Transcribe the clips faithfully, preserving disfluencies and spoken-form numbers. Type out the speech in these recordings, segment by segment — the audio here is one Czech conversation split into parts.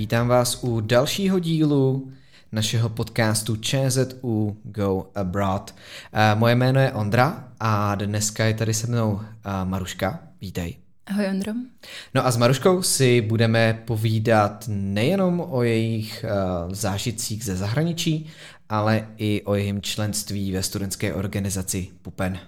vítám vás u dalšího dílu našeho podcastu ČZU Go Abroad. Moje jméno je Ondra a dneska je tady se mnou Maruška. Vítej. Ahoj, Ondro. No a s Maruškou si budeme povídat nejenom o jejich uh, zážitcích ze zahraničí, ale i o jejím členství ve studentské organizaci Pupen.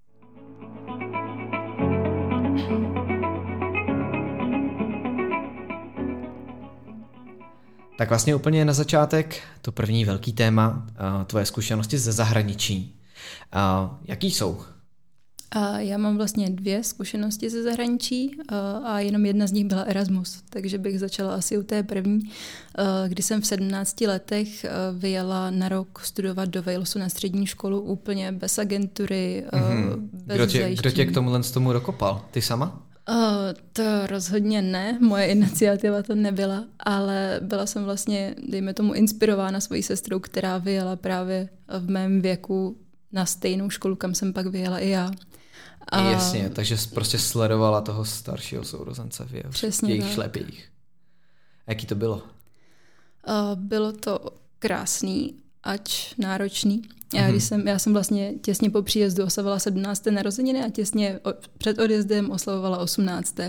Tak vlastně úplně na začátek to první velký téma, uh, tvoje zkušenosti ze zahraničí. Uh, jaký jsou? A já mám vlastně dvě zkušenosti ze zahraničí a jenom jedna z nich byla Erasmus, takže bych začala asi u té první, kdy jsem v sedmnácti letech vyjela na rok studovat do Walesu na střední školu úplně bez agentury, mm-hmm. bez kdo tě, zajištění. Kdo tě k tomuhle z tomu dokopal? Ty sama? Uh, to rozhodně ne, moje iniciativa to nebyla, ale byla jsem vlastně, dejme tomu, inspirována svojí sestrou, která vyjela právě v mém věku na stejnou školu, kam jsem pak vyjela i já. A... Jasně, takže prostě sledovala toho staršího sourozence v jeho, jejich šlepích. A jaký to bylo? Uh, bylo to krásný, ač náročný. Já, mm-hmm. když jsem, já jsem vlastně těsně po příjezdu oslavovala sedmnácté narozeniny a těsně před odjezdem oslavovala osmnácté.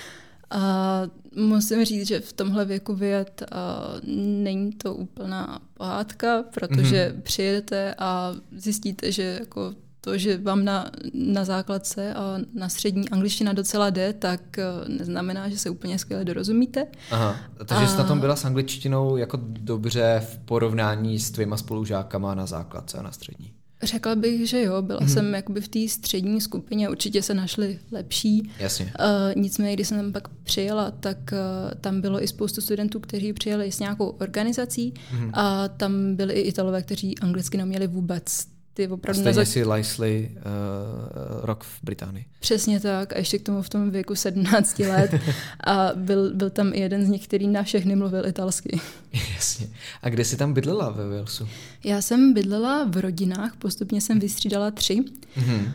A musím říct, že v tomhle věku vyjet uh, není to úplná pohádka, protože mm-hmm. přijedete a zjistíte, že jako to, že vám na, na základce a na střední angličtina docela jde, tak uh, neznamená, že se úplně skvěle dorozumíte. Aha, takže a... jsi na tom byla s angličtinou jako dobře v porovnání s tvýma spolužákama na základce a na střední? Řekla bych, že jo, byla hmm. jsem jakoby v té střední skupině, určitě se našly lepší. Jasně. Uh, nicméně, když jsem tam pak přijela, tak uh, tam bylo i spoustu studentů, kteří přijeli s nějakou organizací hmm. a tam byli i Italové, kteří anglicky neměli vůbec. Ty opravdu stejně zač- si lajsli uh, rok v Británii. Přesně tak a ještě k tomu v tom věku sedmnácti let a byl, byl tam i jeden z nich, který na všechny mluvil italsky. Jasně. A kde jsi tam bydlela ve Walesu? Já jsem bydlela v rodinách, postupně jsem vystřídala tři mm-hmm.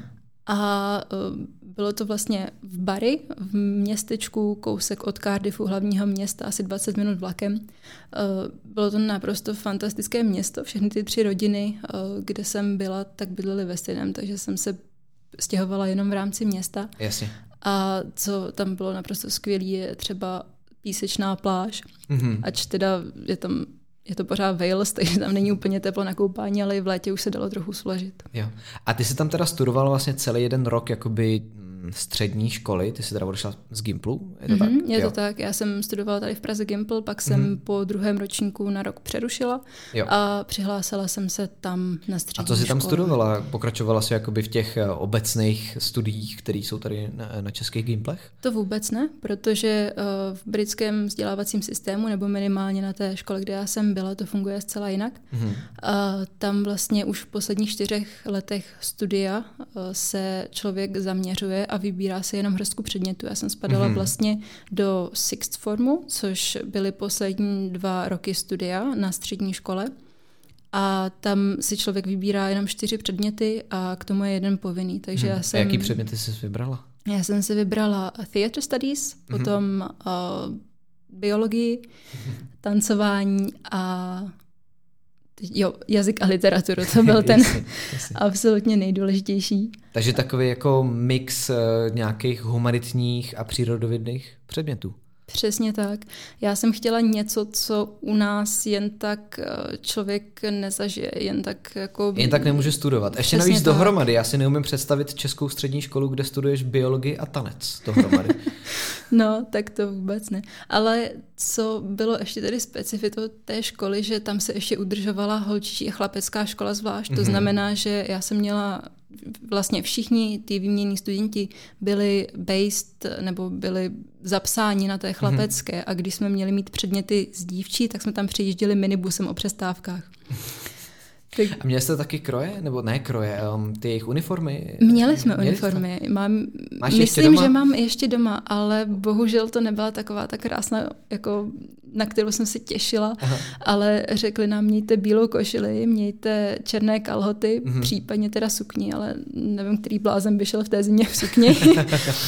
a uh, bylo to vlastně v Bury, v městečku kousek od Cardiffu, hlavního města, asi dvacet minut vlakem. Bylo to naprosto fantastické město, všechny ty tři rodiny, kde jsem byla, tak bydlely ve stejném, takže jsem se stěhovala jenom v rámci města. Jasně. A co tam bylo naprosto skvělé, je třeba písečná pláž, mm-hmm. ač teda je tam je to pořád Wales, takže tam není úplně teplo na koupání, ale i v létě už se dalo trochu složit. Jo. A ty jsi tam teda studoval vlastně celý jeden rok jakoby střední školy, ty jsi teda odešla z Gimplu, je to mm-hmm, tak? Je jo. to tak, já jsem studovala tady v Praze Gimpl, pak jsem mm-hmm. po druhém ročníku na rok přerušila jo. a přihlásila jsem se tam na střední školu. A co jsi tam školu. studovala? Pokračovala jsi jakoby v těch obecných studiích, které jsou tady na, na českých Gimplech? To vůbec ne, protože uh, v britském vzdělávacím systému, nebo minimálně na té škole, kde já jsem byla, to funguje zcela jinak. Mm-hmm. A tam vlastně už v posledních čtyřech letech studia uh, se člověk zaměřuje a vybírá se jenom hrstku předmětů. Já jsem spadala mm-hmm. vlastně do sixth formu, což byly poslední dva roky studia na střední škole. A tam si člověk vybírá jenom čtyři předměty a k tomu je jeden povinný. Takže hmm. já jsem, a jaký předměty jsi vybrala? Já jsem si vybrala Theatre Studies, mm-hmm. potom uh, biologii, mm-hmm. tancování a jo, jazyk a literaturu, to byl ten jasně, jasně. absolutně nejdůležitější. Takže takový jako mix uh, nějakých humanitních a přírodovědných předmětů. Přesně tak. Já jsem chtěla něco, co u nás jen tak člověk nezažije, jen tak jako... Jen tak nemůže studovat. Ještě Přesně navíc tak. Dohromady. Já si neumím představit českou střední školu, kde studuješ biologii a tanec dohromady. No, tak to vůbec ne. Ale co bylo ještě tedy specifitou té školy, že tam se ještě udržovala holčičí a chlapecká škola zvlášť. Mm-hmm. To znamená, že já jsem měla vlastně všichni ty výměnní studenti byli based nebo byli zapsáni na té chlapecké mm-hmm. a když jsme měli mít předměty z dívčí, tak jsme tam přijížděli minibusem o přestávkách. Tak... A měli jste taky kroje? Nebo ne kroje, um, ty jejich uniformy? Měli jsme měli uniformy. Mám, myslím, že mám ještě doma, ale bohužel to nebyla taková ta krásná, jako, na kterou jsem se těšila, aha. ale řekli nám, mějte bílou košili, mějte černé kalhoty, mm-hmm. případně teda sukni, ale nevím, který blázen by šel v té zimě v sukni.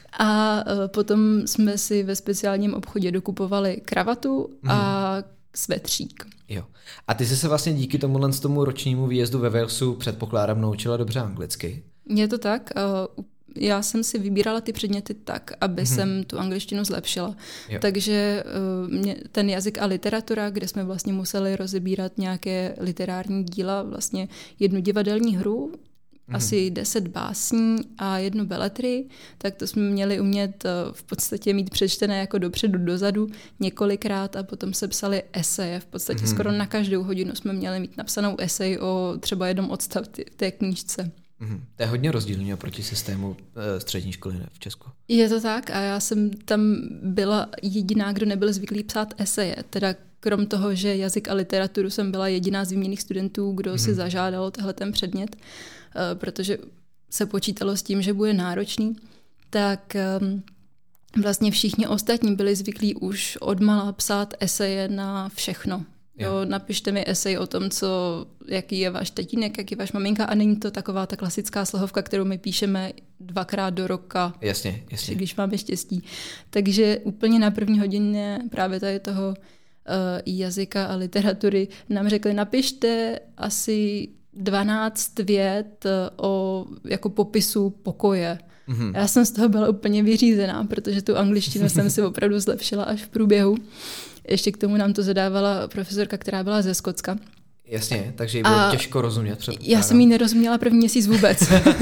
A potom jsme si ve speciálním obchodě dokupovali kravatu a svetřík. Jo. A ty jsi se vlastně díky tomuhle tomu ročnímu výjezdu ve Walesu předpokládám naučila dobře anglicky. Je to tak. Já jsem si vybírala ty předměty tak, aby hmm. jsem tu angličtinu zlepšila. Jo. Takže ten jazyk a literatura, kde jsme vlastně museli rozebírat nějaké literární díla, vlastně jednu divadelní hru, Mm. asi deset básní a jednu beletrii, tak to jsme měli umět v podstatě mít přečtené jako dopředu, dozadu několikrát a potom se psali eseje. V podstatě mm. skoro na každou hodinu jsme měli mít napsanou esej o třeba jednom odstavci v té knížce. Mm. To je hodně rozdílný oproti systému střední školy v Česku. Je to tak a já jsem tam byla jediná, kdo nebyl zvyklý psát eseje, teda krom toho, že jazyk a literaturu jsem byla jediná z výměnných studentů, kdo mm. si zažádal tehle ten předmět, protože se počítalo s tím, že bude náročný, tak vlastně všichni ostatní byli zvyklí už odmala psát eseje na všechno. Jo, napište mi esej o tom, co, jaký je váš tatínek, jaký je váš maminka a není to taková ta klasická slohovka, kterou my píšeme dvakrát do roka. Jasně, jasně. Když máme štěstí. Takže úplně na první hodině právě tady toho uh, jazyka a literatury nám řekli, napište asi dvanáct vět o jako popisu pokoje. Mm-hmm. Já jsem z toho byla úplně vyřízená, protože tu angličtinu jsem si opravdu zlepšila až v průběhu. Ještě k tomu nám to zadávala profesorka, která byla ze Skotska. Jasně, takže jí bylo a těžko rozumět. Já jsem jí nerozuměla první měsíc vůbec.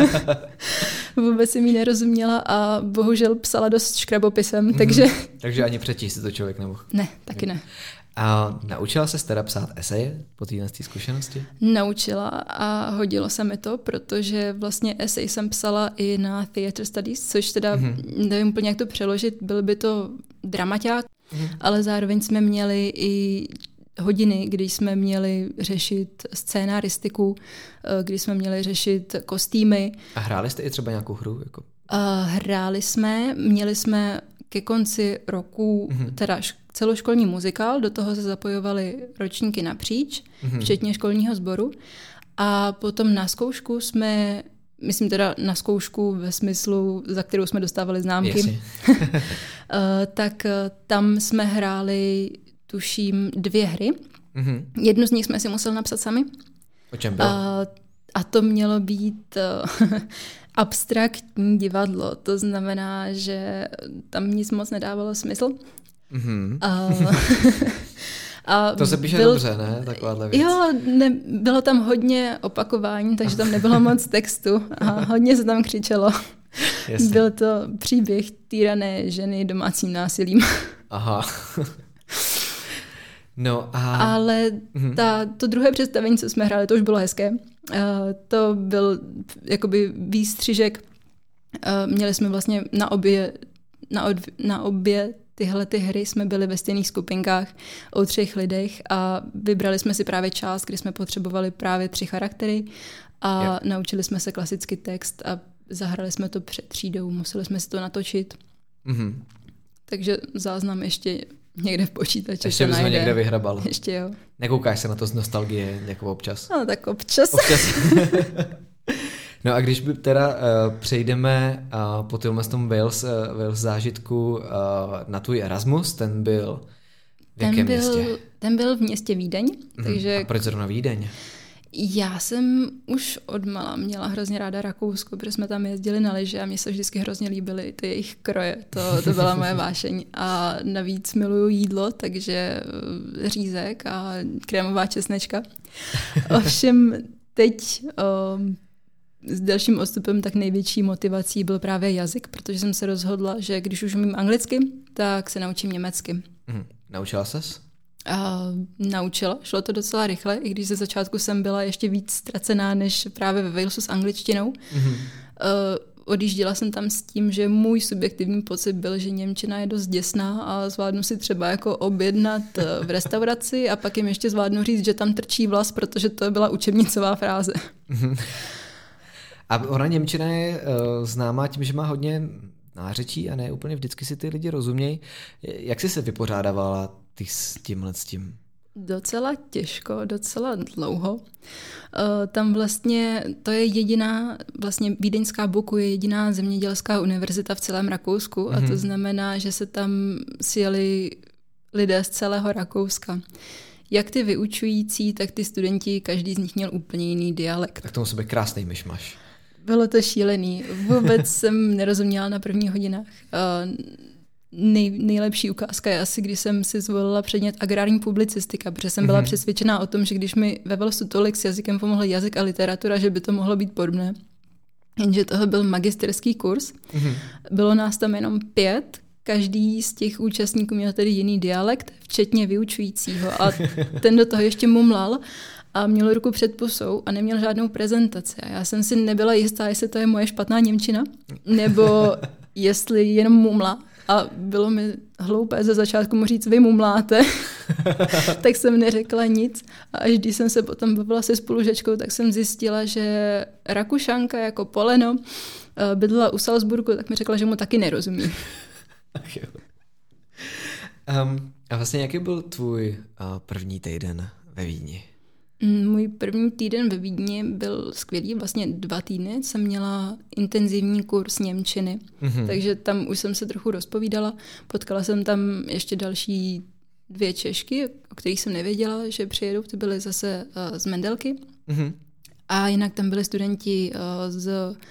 Vůbec jsem jí nerozuměla a bohužel psala dost škrabopisem, mm-hmm. takže... takže ani přečíst si to člověk nemohl. Ne, taky ne. A naučila ses teda psát eseje po téhle zkušenosti? Naučila a hodilo se mi to, protože vlastně esej jsem psala i na Theatre Studies, což teda mm-hmm. nevím úplně, jak to přeložit, byl by to dramaťák, mm-hmm. ale zároveň jsme měli i hodiny, kdy jsme měli řešit scénaristiku, kdy jsme měli řešit kostýmy. A hráli jste i třeba nějakou hru? Jako? A hráli jsme, měli jsme ke konci roku mm-hmm. teda celoškolní muzikál, do toho se zapojovaly ročníky napříč, mm-hmm. včetně školního sboru. A potom na zkoušku jsme, myslím teda na zkoušku ve smyslu, za kterou jsme dostávali známky, tak tam jsme hráli, tuším, dvě hry. Mm-hmm. Jednu z nich jsme si museli napsat sami. O čem bylo? A, a to mělo být abstraktní divadlo. To znamená, že tam nic moc nedávalo smysl. Mm-hmm. A, a to se píše byl, dobře, ne? Takováhle věc. Jo, ne, bylo tam hodně opakování, takže tam nebylo moc textu a hodně se tam křičelo. Jasně. Byl to příběh týrané ženy domácím násilím. Aha. No a... Ale ta, to druhé představení, co jsme hráli, to už bylo hezké. Uh, to byl jakoby výstřižek. Uh, měli jsme vlastně na obě, na, od, na obě tyhle ty hry jsme byli ve stejných skupinkách o třech lidech a vybrali jsme si právě část, kdy jsme potřebovali právě tři charaktery a yeah. naučili jsme se klasický text a zahrali jsme to před třídou, museli jsme si to natočit. Mm-hmm. Takže záznam ještě někde v počítači ještě se najde. Ještě bychom někde vyhrabal. Ještě jo. Nekoukáš se na to z nostalgie jako občas? No tak občas. občas. No a když by teda uh, přejdeme uh, po tomhle tom Wales, uh, Wales zážitku uh, na tvůj Erasmus, ten byl v ten jakém byl, městě? Ten byl v městě Vídeň. Mm, takže... A proč zrovna Vídeň? Já jsem už odmala měla hrozně ráda Rakousko, protože jsme tam jezdili na lyže a mně se vždycky hrozně líbily ty jejich kroje. To, to byla moje vášeň. A navíc miluju jídlo, takže řízek a krémová česnečka. Ovšem teď um, s dalším odstupem tak největší motivací byl právě jazyk, protože jsem se rozhodla, že když už umím anglicky, tak se naučím německy. Mm, naučila ses? Uh, naučila, šlo to docela rychle, i když ze začátku jsem byla ještě víc ztracená než právě ve Walesu s angličtinou. Mm-hmm. Uh, odjížděla jsem tam s tím, že můj subjektivní pocit byl, že němčina je dost děsná a zvládnu si třeba jako objednat v restauraci a pak jim ještě zvládnu říct, že tam trčí vlas, protože to byla učebnicová fráze. Mm-hmm. A ona němčina je uh, známá tím, že má hodně nářečí a ne úplně vždycky si ty lidi rozumějí. Jak jsi se vypořádávala ty s tímhle s tím? Docela těžko, docela dlouho. Tam vlastně, to je jediná, vlastně Vídeňská Buku je jediná zemědělská univerzita v celém Rakousku mm-hmm. a to znamená, že se tam sjeli lidé z celého Rakouska. Jak ty vyučující, tak ty studenti, každý z nich měl úplně jiný dialekt. Tak tomu sebe krásný myšmaš. Bylo to šílený. Vůbec jsem nerozuměla na prvních hodinách. Nej, nejlepší ukázka je asi, když jsem si zvolila předmět agrární publicistika, protože jsem byla mm-hmm. přesvědčená o tom, že když mi ve Velsu tolik s jazykem pomohl jazyk a literatura, že by to mohlo být podobné. Jenže toho byl magisterský kurz. Mm-hmm. Bylo nás tam jenom pět. Každý z těch účastníků měl tedy jiný dialekt, včetně vyučujícího. A ten do toho ještě mumlal a měl ruku před pusou a neměl žádnou prezentaci. A já jsem si nebyla jistá, jestli to je moje špatná němčina, nebo jestli jenom mumla. A bylo mi hloupé ze začátku mu říct, vy mumláte, tak jsem neřekla nic. A až když jsem se potom bavila se spolužečkou, tak jsem zjistila, že Rakušanka jako poleno bydlela u Salzburgu, tak mi řekla, že mu taky nerozumí. um, a vlastně jaký byl tvůj uh, první týden ve Vídni? Můj první týden ve Vídni byl skvělý, vlastně dva týdny jsem měla intenzivní kurz němčiny, mm-hmm. takže tam už jsem se trochu rozpovídala, potkala jsem tam ještě další dvě Češky, o kterých jsem nevěděla, že přijedou, ty byly zase uh, z Mendelky mm-hmm. a jinak tam byli studenti uh, z,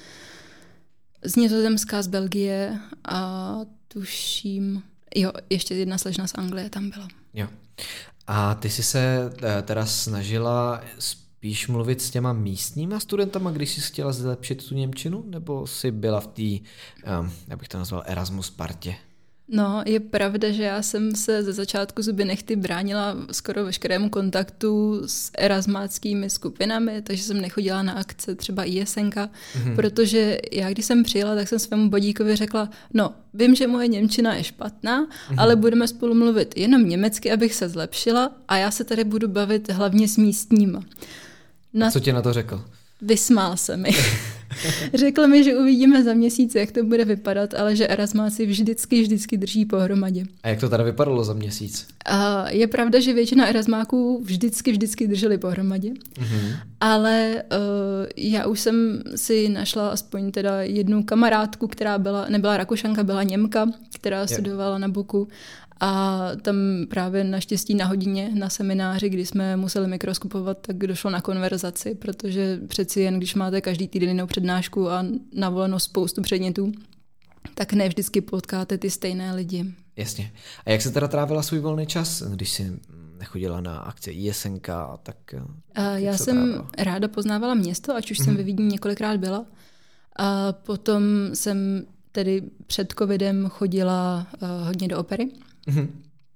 z Nizozemska, z Belgie a tuším, jo, ještě jedna slečna z Anglie tam byla. Jo. A ty jsi se teda snažila spíš mluvit s těma místníma studentama, když jsi chtěla zlepšit tu němčinu, nebo jsi byla v té, um, jak bych to nazval, Erasmus partě? No, je pravda, že já jsem se ze začátku zuby nechty bránila skoro veškerému kontaktu s erasmáckými skupinami, takže jsem nechodila na akce třeba í es en ká, mm-hmm. protože já, když jsem přijela, tak jsem svému bodíkovi řekla, no, vím, že moje němčina je špatná, mm-hmm. ale budeme spolu mluvit jenom německy, abych se zlepšila a já se tady budu bavit hlavně s místníma. Na... Co tě na to řekl? Vysmál se mi. Řekl mi, že uvidíme za měsíc, jak to bude vypadat, ale že erasmáci vždycky, vždycky drží pohromadě. A jak to teda vypadalo za měsíc? A je pravda, že většina erasmáků vždycky, vždycky drželi pohromadě, mm-hmm. ale uh, já už jsem si našla aspoň teda jednu kamarádku, která byla, nebyla Rakušanka, byla Němka, která je. studovala na Buku. A tam právě naštěstí na hodině, na semináři, kdy jsme museli mikroskopovat, tak došlo na konverzaci, protože přeci jen, když máte každý týden jinou přednášku a navoleno spoustu předmětů, tak ne vždycky potkáte ty stejné lidi. Jasně. A jak se teda trávila svůj volný čas, když jsi nechodila na akce í es en ká? Tak, a já jsem trávila? ráda poznávala město, ať už mm-hmm. jsem ve Vídni několikrát byla. A potom jsem tedy před covidem chodila uh, hodně do opery. Mm-hmm.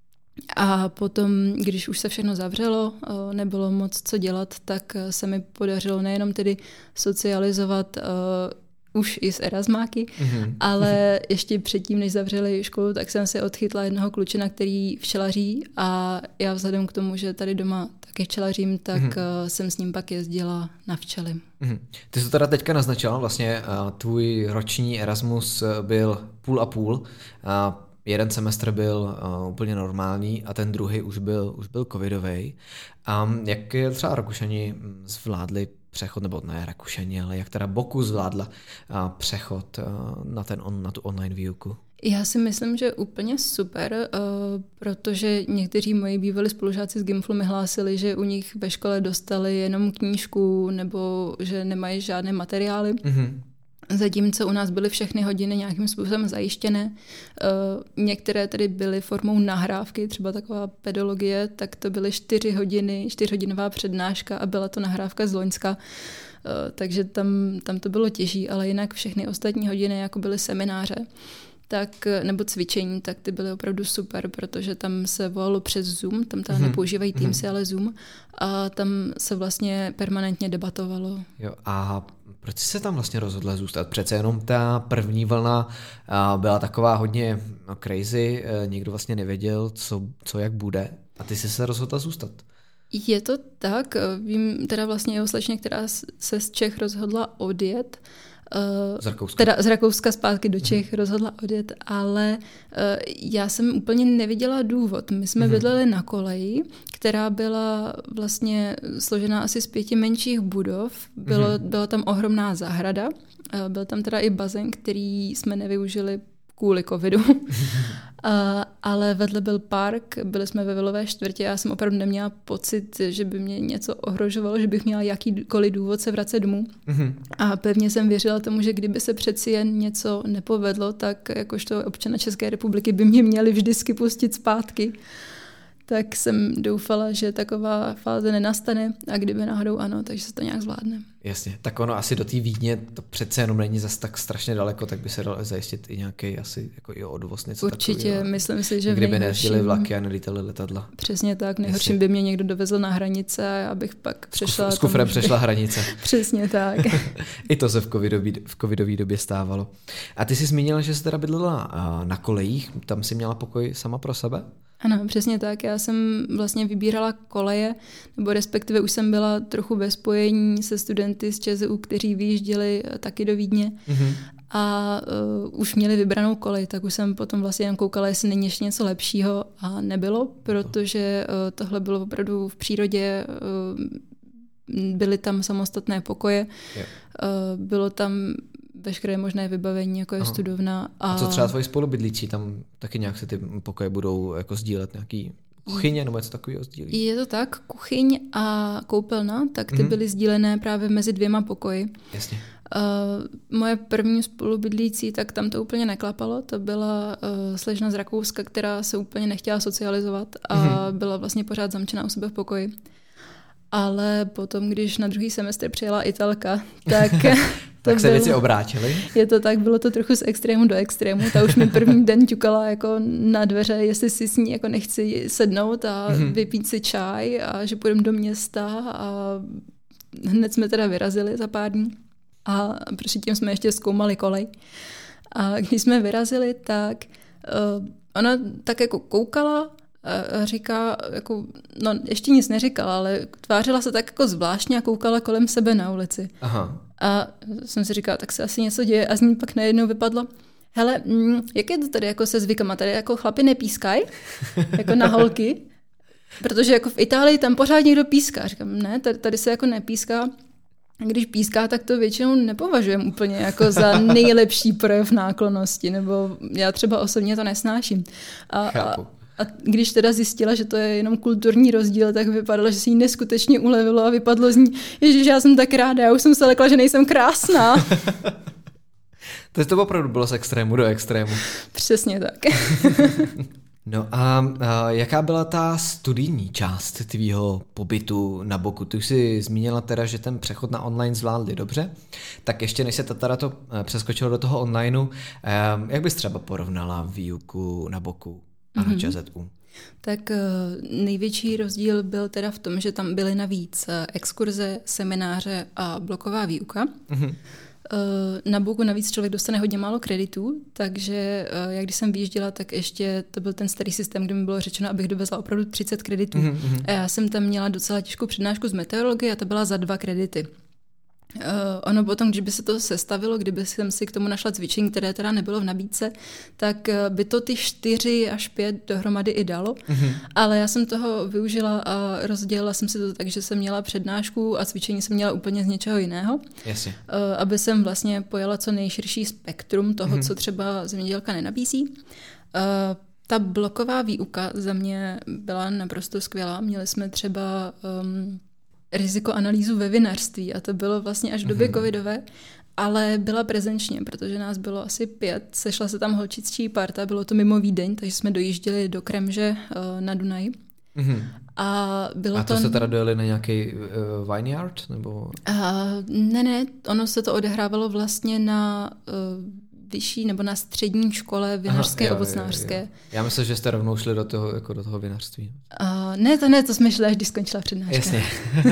A potom, když už se všechno zavřelo, nebylo moc co dělat, tak se mi podařilo nejenom tedy socializovat uh, už i s erasmáky, mm-hmm. ale ještě předtím, než zavřeli školu, tak jsem si odchytla jednoho klučina, který včelaří a já vzhledem k tomu, že tady doma taky včelařím, tak mm-hmm. jsem s ním pak jezdila na včely. Mm-hmm. Ty jsi to teda teďka naznačila, vlastně uh, tvůj roční Erasmus byl půl a půl. Uh, Jeden semestr byl uh, úplně normální a ten druhý už byl, už byl covidovej. Um, jak třeba Rakušani zvládli přechod, nebo ne Rakušani, ale jak teda Boku zvládla uh, přechod uh, na, ten on, na tu online výuku? Já si myslím, že úplně super, uh, protože někteří moji bývalí spolužáci z Gimflu mi hlásili, že u nich ve škole dostali jenom knížku nebo že nemají žádné materiály. Mm-hmm. Zatímco u nás byly všechny hodiny nějakým způsobem zajištěné. Uh, některé tedy byly formou nahrávky, třeba taková pedologie, tak to byly čtyři hodiny, čtyřhodinová přednáška a byla to nahrávka z Loňska. Uh, takže tam, tam to bylo těžší, ale jinak všechny ostatní hodiny jako byly semináře tak, nebo cvičení, tak ty byly opravdu super, protože tam se volalo přes Zoom, tam teda mm-hmm. nepoužívají Teamsy, mm-hmm. ale Zoom a tam se vlastně permanentně debatovalo. Jo, a proč jsi se tam vlastně rozhodla zůstat? Přece jenom ta první vlna byla taková hodně crazy, nikdo vlastně nevěděl, co, co jak bude a ty jsi se rozhodla zůstat. Je to tak, vím teda vlastně jeho slečně, která se z Čech rozhodla odjet, Z Rakouska. Teda z Rakouska zpátky do Čech mm. rozhodla odjet, ale uh, já jsem úplně neviděla důvod. My jsme mm. bydleli na koleji, která byla vlastně složená asi z pěti menších budov. Bylo, mm. Byla tam ohromná zahrada, uh, byl tam teda i bazén, který jsme nevyužili kvůli covidu. Uh, ale vedle byl park, byli jsme ve vilové čtvrtě, já jsem opravdu neměla pocit, že by mě něco ohrožovalo, že bych měla jakýkoliv důvod se vracet domů. Mm-hmm. A pevně jsem věřila tomu, že kdyby se přeci jen něco nepovedlo, tak jakožto občana České republiky by mě měli vždycky pustit zpátky. Tak jsem doufala, že taková fáze nenastane a kdyby náhodou ano, takže se to nějak zvládne. Jasně, tak ono asi do té Vídně to přece jenom není zas tak strašně daleko, tak by se dalo zajistit i nějaký asi jako i odvoz něco určitě, takový, myslím si, že kdyby nejezdili vlaky a nelítali letadla. Přesně tak, nejhorším by mě někdo dovezl na hranice a já bych pak přešla. S kufrem tomu, přešla hranice. Přesně tak. I to se v covidové v covidové době stávalo. A ty jsi zmínila, že jsi teda bydlela na kolejích, tam jsi měla pokoj sama pro sebe? Ano, přesně tak. Já jsem vlastně vybírala koleje, nebo respektive už jsem byla trochu ve spojení se studenty z ČSÚ, kteří vyjížděli taky do Vídně mm-hmm. a uh, už měli vybranou kolej, tak už jsem potom vlastně jen koukala, jestli není ještě něco lepšího a nebylo, protože uh, tohle bylo opravdu v přírodě, uh, byly tam samostatné pokoje, yeah. uh, bylo tam veškeré možné vybavení, jako je Aha. studovna. A... a co třeba tvoji spolubydlící, tam taky nějak se ty pokoje budou jako sdílet, nějaký kuchyně nebo něco takového sdílí? Je to tak, kuchyň a koupelna, tak ty mm-hmm. byly sdílené právě mezi dvěma pokoji. Jasně. Uh, moje první spolubydlící, tak tam to úplně neklapalo, to byla uh, slečna z Rakouska, která se úplně nechtěla socializovat a mm-hmm. byla vlastně pořád zamčená u sebe v pokoji. Ale potom, když na druhý semestr přijela Italka, tak... tak se bylo, věci obrátily? Je to tak, bylo to trochu z extrému do extrému. Ta už mi první den ťukala jako na dveře, jestli si s ní jako nechci sednout a mm-hmm. vypít si čaj a že půjdeme do města a hned jsme teda vyrazili za pár dní. A předtím jsme ještě zkoumali kolej. A když jsme vyrazili, tak uh, ona tak jako koukala a říká, jako, no ještě nic neříkala, ale tvářila se tak jako zvláštně a koukala kolem sebe na ulici. Aha. A jsem si říkala, tak se asi něco děje a z ní pak najednou vypadlo, hele, mm, jak je to tady jako se zvykama, tady jako chlapi nepískají, jako na holky, protože jako v Itálii tam pořád někdo píská. Říkám, ne, tady, tady se jako nepíská. A když píská, tak to většinou nepovažujeme úplně jako za nejlepší projev náklonnosti, nebo já třeba osobně to nesnáším. A, a, a když teda zjistila, že to je jenom kulturní rozdíl, tak vypadalo, že si jí neskutečně ulevilo a vypadlo z ní, ježiš, já jsem tak ráda, já už jsem se lekla, že nejsem krásná. To to opravdu bylo z extrému do extrému. Přesně tak. No a, a jaká byla ta studijní část tvýho pobytu na boku? Ty už jsi zmínila teda, že ten přechod na online zvládli dobře, tak ještě než se teda to přeskočilo do toho onlineu, jak bys třeba porovnala výuku na boku a mm-hmm. na ČSÚ? Tak největší rozdíl byl teda v tom, že tam byly navíc exkurze, semináře a bloková výuka. Mm-hmm. Na boku navíc člověk dostane hodně málo kreditů, takže jak když jsem vyjížděla, tak ještě to byl ten starý systém, kde mi bylo řečeno, abych dovezla opravdu třicet kreditů. Mm-hmm. A já jsem tam měla docela těžkou přednášku z meteorologie a to byla za dva kredity. Uh, ono potom, když by se to sestavilo, kdyby jsem si k tomu našla cvičení, které teda nebylo v nabídce, tak uh, by to ty čtyři až pět dohromady i dalo, mm-hmm. ale já jsem toho využila a rozdělila jsem si to tak, že jsem měla přednášku a cvičení jsem měla úplně z něčeho jiného, Jasně. Uh, aby jsem vlastně pojela co nejširší spektrum toho, mm-hmm. co třeba zemědělka nenabízí. Uh, ta bloková výuka za mě byla naprosto skvělá. Měli jsme třeba um, rizikoanalýzu ve vinařství a to bylo vlastně až v době mm-hmm. covidové, ale byla prezenčně, protože nás bylo asi pět, sešla se tam holčičí parta, bylo to mimo Vídeň, takže jsme dojížděli do Kremže uh, na Dunaji. Mm-hmm. A, bylo a to, to jste teda dojeli na nějaký uh, vineyard? Nebo? Uh, ne, ne, ono se to odehrávalo vlastně na uh, vyšší nebo na střední škole vinařské Aha, jo, ovocnářské. Jo, jo. Já myslím, že jste rovnou šli do toho, jako do toho vinařství. Uh, ne, to ne, to jsme šli, až když skončila přednáška. Jasně.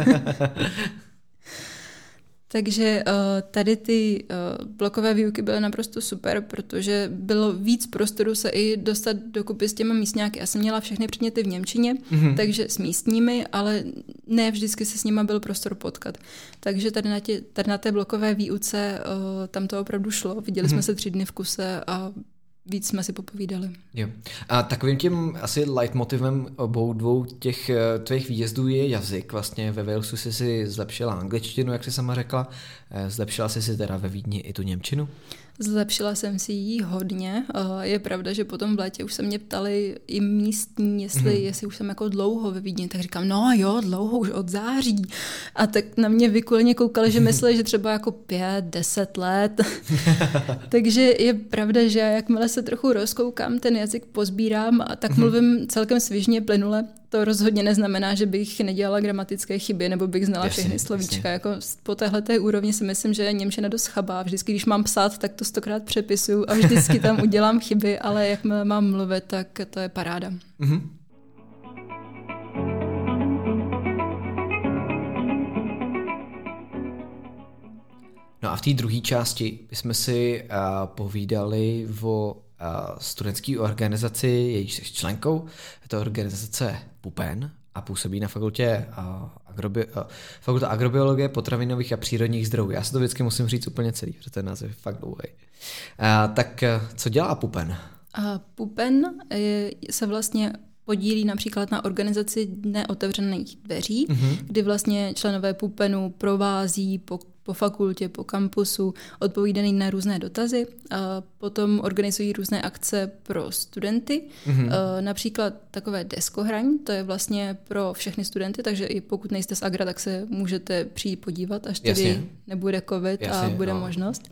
Takže uh, tady ty uh, blokové výuky byly naprosto super, protože bylo víc prostoru se i dostat dokupy s těma místňáky. Já jsem měla všechny předměty v němčině, mm-hmm. takže s místními, ale ne vždycky se s nima byl prostor potkat. Takže tady na, tě, tady na té blokové výuce uh, tam to opravdu šlo. Viděli mm-hmm. jsme se tři dny v kuse a víc jsme si popovídali. Jo. A takovým tím asi leitmotivem obou dvou těch tvých výjezdů je jazyk. Vlastně ve Walesu jsi si zlepšila angličtinu, jak jsi sama řekla. Zlepšila jsi si teda ve Vídni i tu němčinu? Zlepšila jsem si ji hodně. Je pravda, že potom v létě už se mě ptali i místní, jestli, hmm. jestli už jsem jako dlouho ve Vídni. Tak říkám, no jo, dlouho, už od září. A tak na mě vykuleně koukali, že mysleli, že třeba jako pět, deset let. Takže je pravda, že jakmile se trochu rozkoukám, ten jazyk pozbírám a tak mluvím celkem svižně, plynule. To rozhodně neznamená, že bych nedělala gramatické chyby nebo bych znala jasně, všechny slovíčka. Jako po téhleté úrovni si myslím, že němčina dost chabá. Vždycky, když mám psát, tak to stokrát přepisuju a vždycky tam udělám chyby, ale jakmile mám mluvit, tak to je paráda. Mm-hmm. No a v té druhé části jsme si uh, povídali o studentské organizaci, jejíž jsi členkou. Je to organizace PUPEN a působí na fakultě agrobi- fakulta agrobiologie, potravinových a přírodních zdrojů. Já si to vždycky musím říct úplně celý, protože ten název je fakt dlouhý. Tak co dělá PUPEN? A PUPEN je, se vlastně podílí například na organizaci Dne otevřených dveří, mm-hmm. kdy vlastně členové PUPENu provází po po fakultě, po kampusu, odpovídají na různé dotazy a potom organizují různé akce pro studenty. Mm-hmm. Například takové deskohraň, to je vlastně pro všechny studenty, takže i pokud nejste z Agra, tak se můžete přijít podívat, až tedy jasně. nebude covid jasně, a bude no. možnost.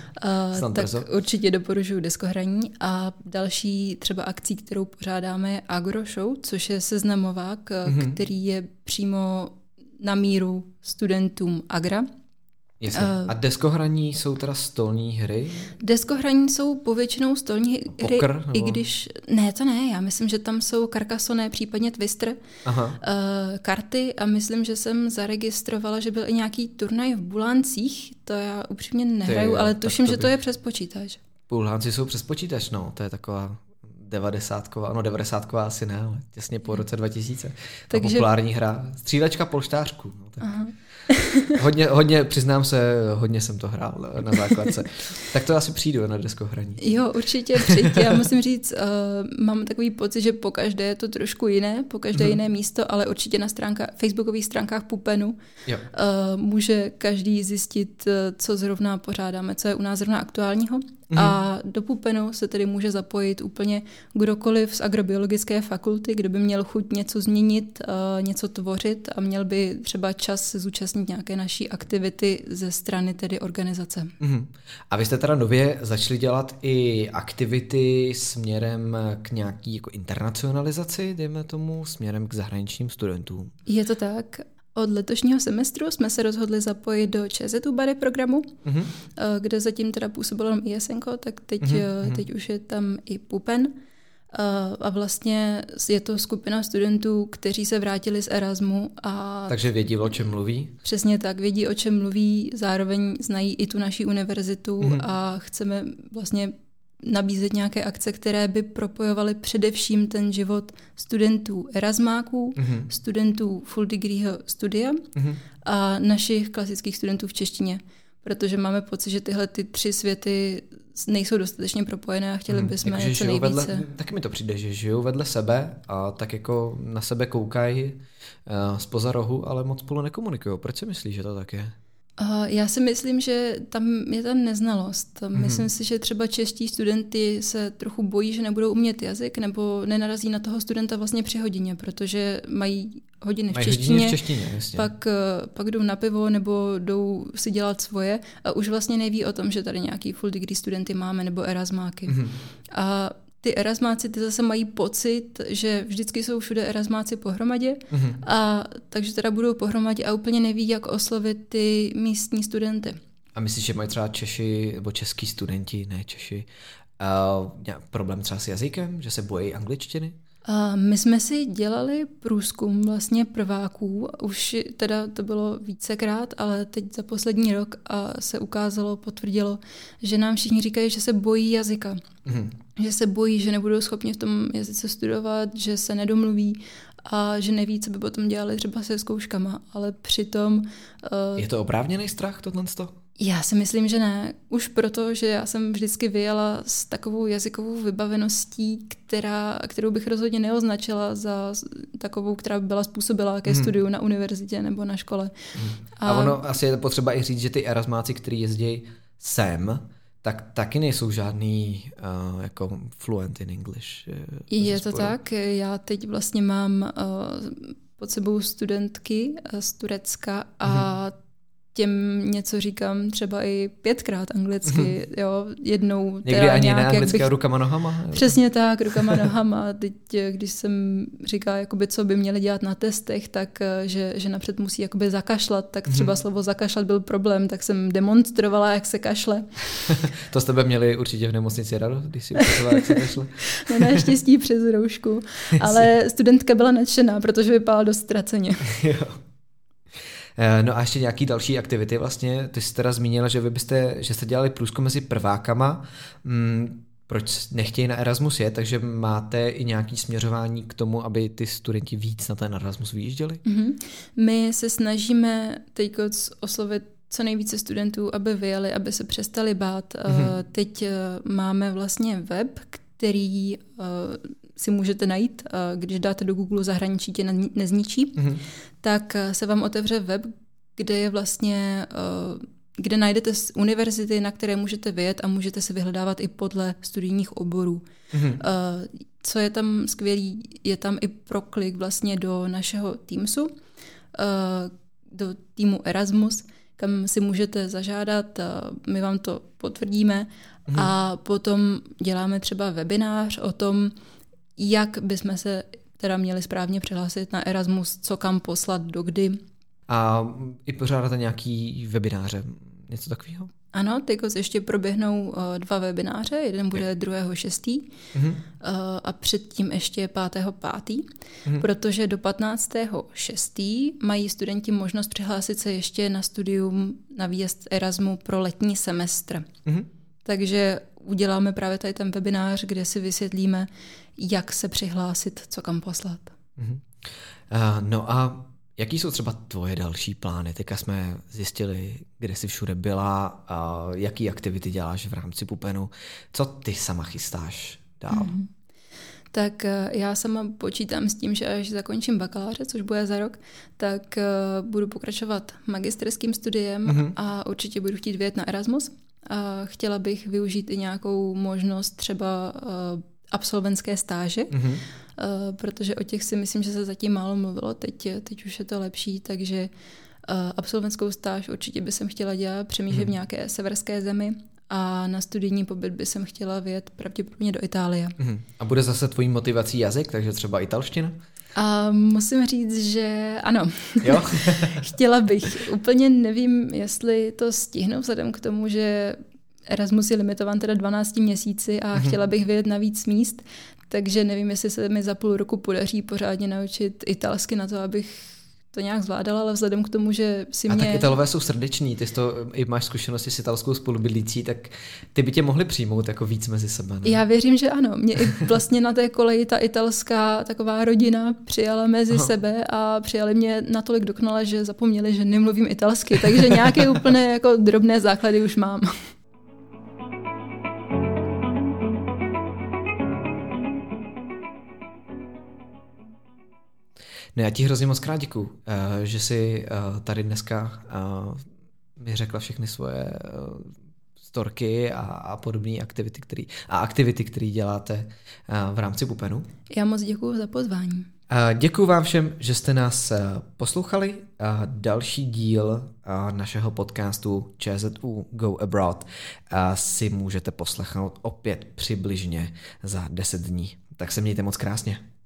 a, tak určitě doporučuji deskohraní a další třeba akcí, kterou pořádáme, je Agro Show, což je seznamovák, mm-hmm. který je přímo na míru studentům Agra. Jasně. A deskohraní jsou teda stolní hry? Deskohraní jsou povětšinou stolní hry, Poker, nebo... i když... Ne, to ne, já myslím, že tam jsou Carcassonne, případně Twister, Aha. Uh, karty a myslím, že jsem zaregistrovala, že byl i nějaký turnaj v Bulancích, to já upřímně nehraju, Ty, ale tuším, to že by... to je přes počítač. Bulánci jsou přes počítač, no, to je taková... devadesátková, no devadesátková asi ne, ale těsně po roce dva tisíce. Takže... populární hra. Střílečka polštářku. No, tak. hodně, hodně, přiznám se, hodně jsem to hrál na základce. Tak to asi přijdu na deskohraní. Jo, určitě přijď. Já musím říct, uh, mám takový pocit, že po každé je to trošku jiné, po každé hmm. jiné místo, ale určitě na stránka, facebookových stránkách PUPENu uh, může každý zjistit, co zrovna pořádáme, co je u nás zrovna aktuálního. Mm-hmm. A do PUPENu se tedy může zapojit úplně kdokoliv z agrobiologické fakulty, kdo by měl chuť něco změnit, uh, něco tvořit a měl by třeba čas zúčastnit nějaké naší aktivity ze strany tedy organizace. Mm-hmm. A vy jste teda nově začali dělat i aktivity směrem k nějaký jako internacionalizaci, dejme tomu, směrem k zahraničním studentům? Je to tak. Od letošního semestru jsme se rozhodli zapojit do ČZU Buddy programu, mm-hmm. kde zatím teda působilo jenom I S N ko, tak teď, mm-hmm. teď už je tam i PUPEN. A vlastně je to skupina studentů, kteří se vrátili z Erasmu. A takže vědí, o čem mluví? Přesně tak, vědí, o čem mluví, zároveň znají i tu naši univerzitu mm-hmm. a chceme vlastně nabízet nějaké akce, které by propojovaly především ten život studentů erasmáků, mm-hmm. studentů full degreeho studia mm-hmm. a našich klasických studentů v češtině. Protože máme pocit, že tyhle ty tři světy nejsou dostatečně propojené a chtěli bychom hmm, něco nejvíce. Vedle, taky mi to přijde, že žijou vedle sebe a tak jako na sebe koukají uh, zpoza rohu, ale moc spolu nekomunikují. Proč si myslíš, že to tak je? Uh, já si myslím, že tam je ta neznalost. Hmm. Myslím si, že třeba čeští studenti se trochu bojí, že nebudou umět jazyk nebo nenarazí na toho studenta vlastně při hodině, protože mají hodiny v češtině, v češtině pak, pak jdou na pivo nebo jdou si dělat svoje a už vlastně neví o tom, že tady nějaký full degree studenty máme nebo erasmáky. Hmm. A ty erasmáci, ty zase mají pocit, že vždycky jsou všude erasmáci pohromadě mm-hmm. a takže teda budou pohromadě a úplně neví, jak oslovit ty místní studenty. A myslíš, že mají třeba Češi nebo český studenti, ne Češi, uh, problém třeba s jazykem, že se bojí angličtiny? A my jsme si dělali průzkum vlastně prváků, už teda to bylo vícekrát, ale teď za poslední rok a se ukázalo, potvrdilo, že nám všichni říkají, že se bojí jazyka. Mm. Že se bojí, že nebudou schopni v tom jazyce studovat, že se nedomluví a že neví, co by potom dělali třeba se zkouškama, ale přitom... Uh, Je to oprávněný strach tohle? Já si myslím, že ne. Už proto, že já jsem vždycky vyjela s takovou jazykovou vybaveností, která, kterou bych rozhodně neoznačila za takovou, která by byla způsobila ke hmm. studiu na univerzitě nebo na škole. Hmm. A, a ono asi je potřeba i říct, že ty erasmáci, kteří jezdí sem, tak taky nejsou žádný uh, jako fluent in English. Je to tak. Já teď vlastně mám uh, pod sebou studentky z Turecka a hmm. těm něco říkám třeba i pětkrát anglicky, jo, jednou někdy teda ani nějak, ne anglicky, bych... rukama nohama. Přesně tak, rukama nohama. Teď, když jsem říkala, jakoby, co by měli dělat na testech, tak že, že napřed musí jakoby zakašlat, tak třeba hmm. slovo zakašlat byl problém, tak jsem demonstrovala, jak se kašle. To s tebe měli určitě v nemocnici radost, když si ukazovala, jak se kašle. No naštěstí přes roušku, ale studentka byla nadšená, protože vypadala dost ztraceně. Jo. No a ještě nějaký další aktivity vlastně. Ty jsi teda zmínila, že vy byste, že jste dělali průzkum mezi prvákama. Hmm, proč nechtějí na Erasmus je, takže máte i nějaké směřování k tomu, aby ty studenti víc na ten Erasmus vyjížděli? Mm-hmm. My se snažíme teď oslovit co nejvíce studentů, aby vyjeli, aby se přestali bát. Mm-hmm. Teď máme vlastně web, který si můžete najít, když dáte do Google zahraničí tě nezničí, mm-hmm. tak se vám otevře web, kde je vlastně, kde najdete univerzity, na které můžete vyjet a můžete si vyhledávat i podle studijních oborů. Mm-hmm. Co je tam skvělý, je tam i proklik vlastně do našeho Teamsu, do týmu Erasmus, kam si můžete zažádat, my vám to potvrdíme mm-hmm. a potom děláme třeba webinář o tom, jak bychom se teda měli správně přihlásit na Erasmus, co kam poslat, dokdy. A i pořádáte nějaký webináře, něco takového? Ano, teď ještě proběhnou uh, dva webináře, jeden bude druhého šestý mm-hmm. uh, a předtím ještě pátého pátý Mm-hmm. protože do patnáctého šestý mají studenti možnost přihlásit se ještě na studium na výjezd Erasmu pro letní semestr. Mm-hmm. Takže uděláme právě tady ten webinář, kde si vysvětlíme, jak se přihlásit, co kam poslat. Mm-hmm. Uh, no a jaký jsou třeba tvoje další plány? Teďka jsme zjistili, kde jsi všude byla, a jaký aktivity děláš v rámci Pupenu. Co ty sama chystáš dál? Mm-hmm. Tak já sama počítám s tím, že až zakončím bakaláře, což bude za rok, tak budu pokračovat magisterským studiem mm-hmm. a určitě budu chtít vyjet na Erasmus. A chtěla bych využít i nějakou možnost třeba absolventské stáže, mm-hmm. Uh, protože o těch si myslím, že se zatím málo mluvilo, teď, teď už je to lepší, takže uh, absolventskou stáž určitě by jsem chtěla dělat, přemýšlet mm-hmm. v nějaké severské zemi a na studijní pobyt by jsem chtěla vyjet pravděpodobně do Itálie. Mm-hmm. A bude zase tvojí motivací jazyk, takže třeba italština? A musím říct, že ano. Jo? Chtěla bych. Úplně nevím, jestli to stihnu vzhledem k tomu, že Erasmus je limitován teda dvanácti měsíci a mm-hmm. chtěla bych vyjet na víc míst, takže nevím, jestli se mi za půl roku podaří pořádně naučit italsky na to, abych to nějak zvládala, ale vzhledem k tomu, že si a mě... A tak Italové jsou srdeční, ty to, i máš zkušenosti s italskou spolubydlící, tak ty by tě mohli přijmout jako víc mezi sebe. Ne? Já věřím, že ano. Mě i vlastně na té koleji ta italská taková rodina přijala mezi Aha. sebe a přijali mě natolik dokonale, že zapomněli, že nemluvím italsky, takže nějaké úplně jako drobné základy už mám. No já ti hrozně moc krát děkuju, že jsi tady dneska mi řekla všechny svoje storky a, a podobné aktivity, který, a aktivity, které děláte v rámci Pupenu. Já moc děkuju za pozvání. Děkuju vám všem, že jste nás poslouchali. Další díl našeho podcastu ČZU Go Abroad si můžete poslechnout opět přibližně za deset dní. Tak se mějte moc krásně.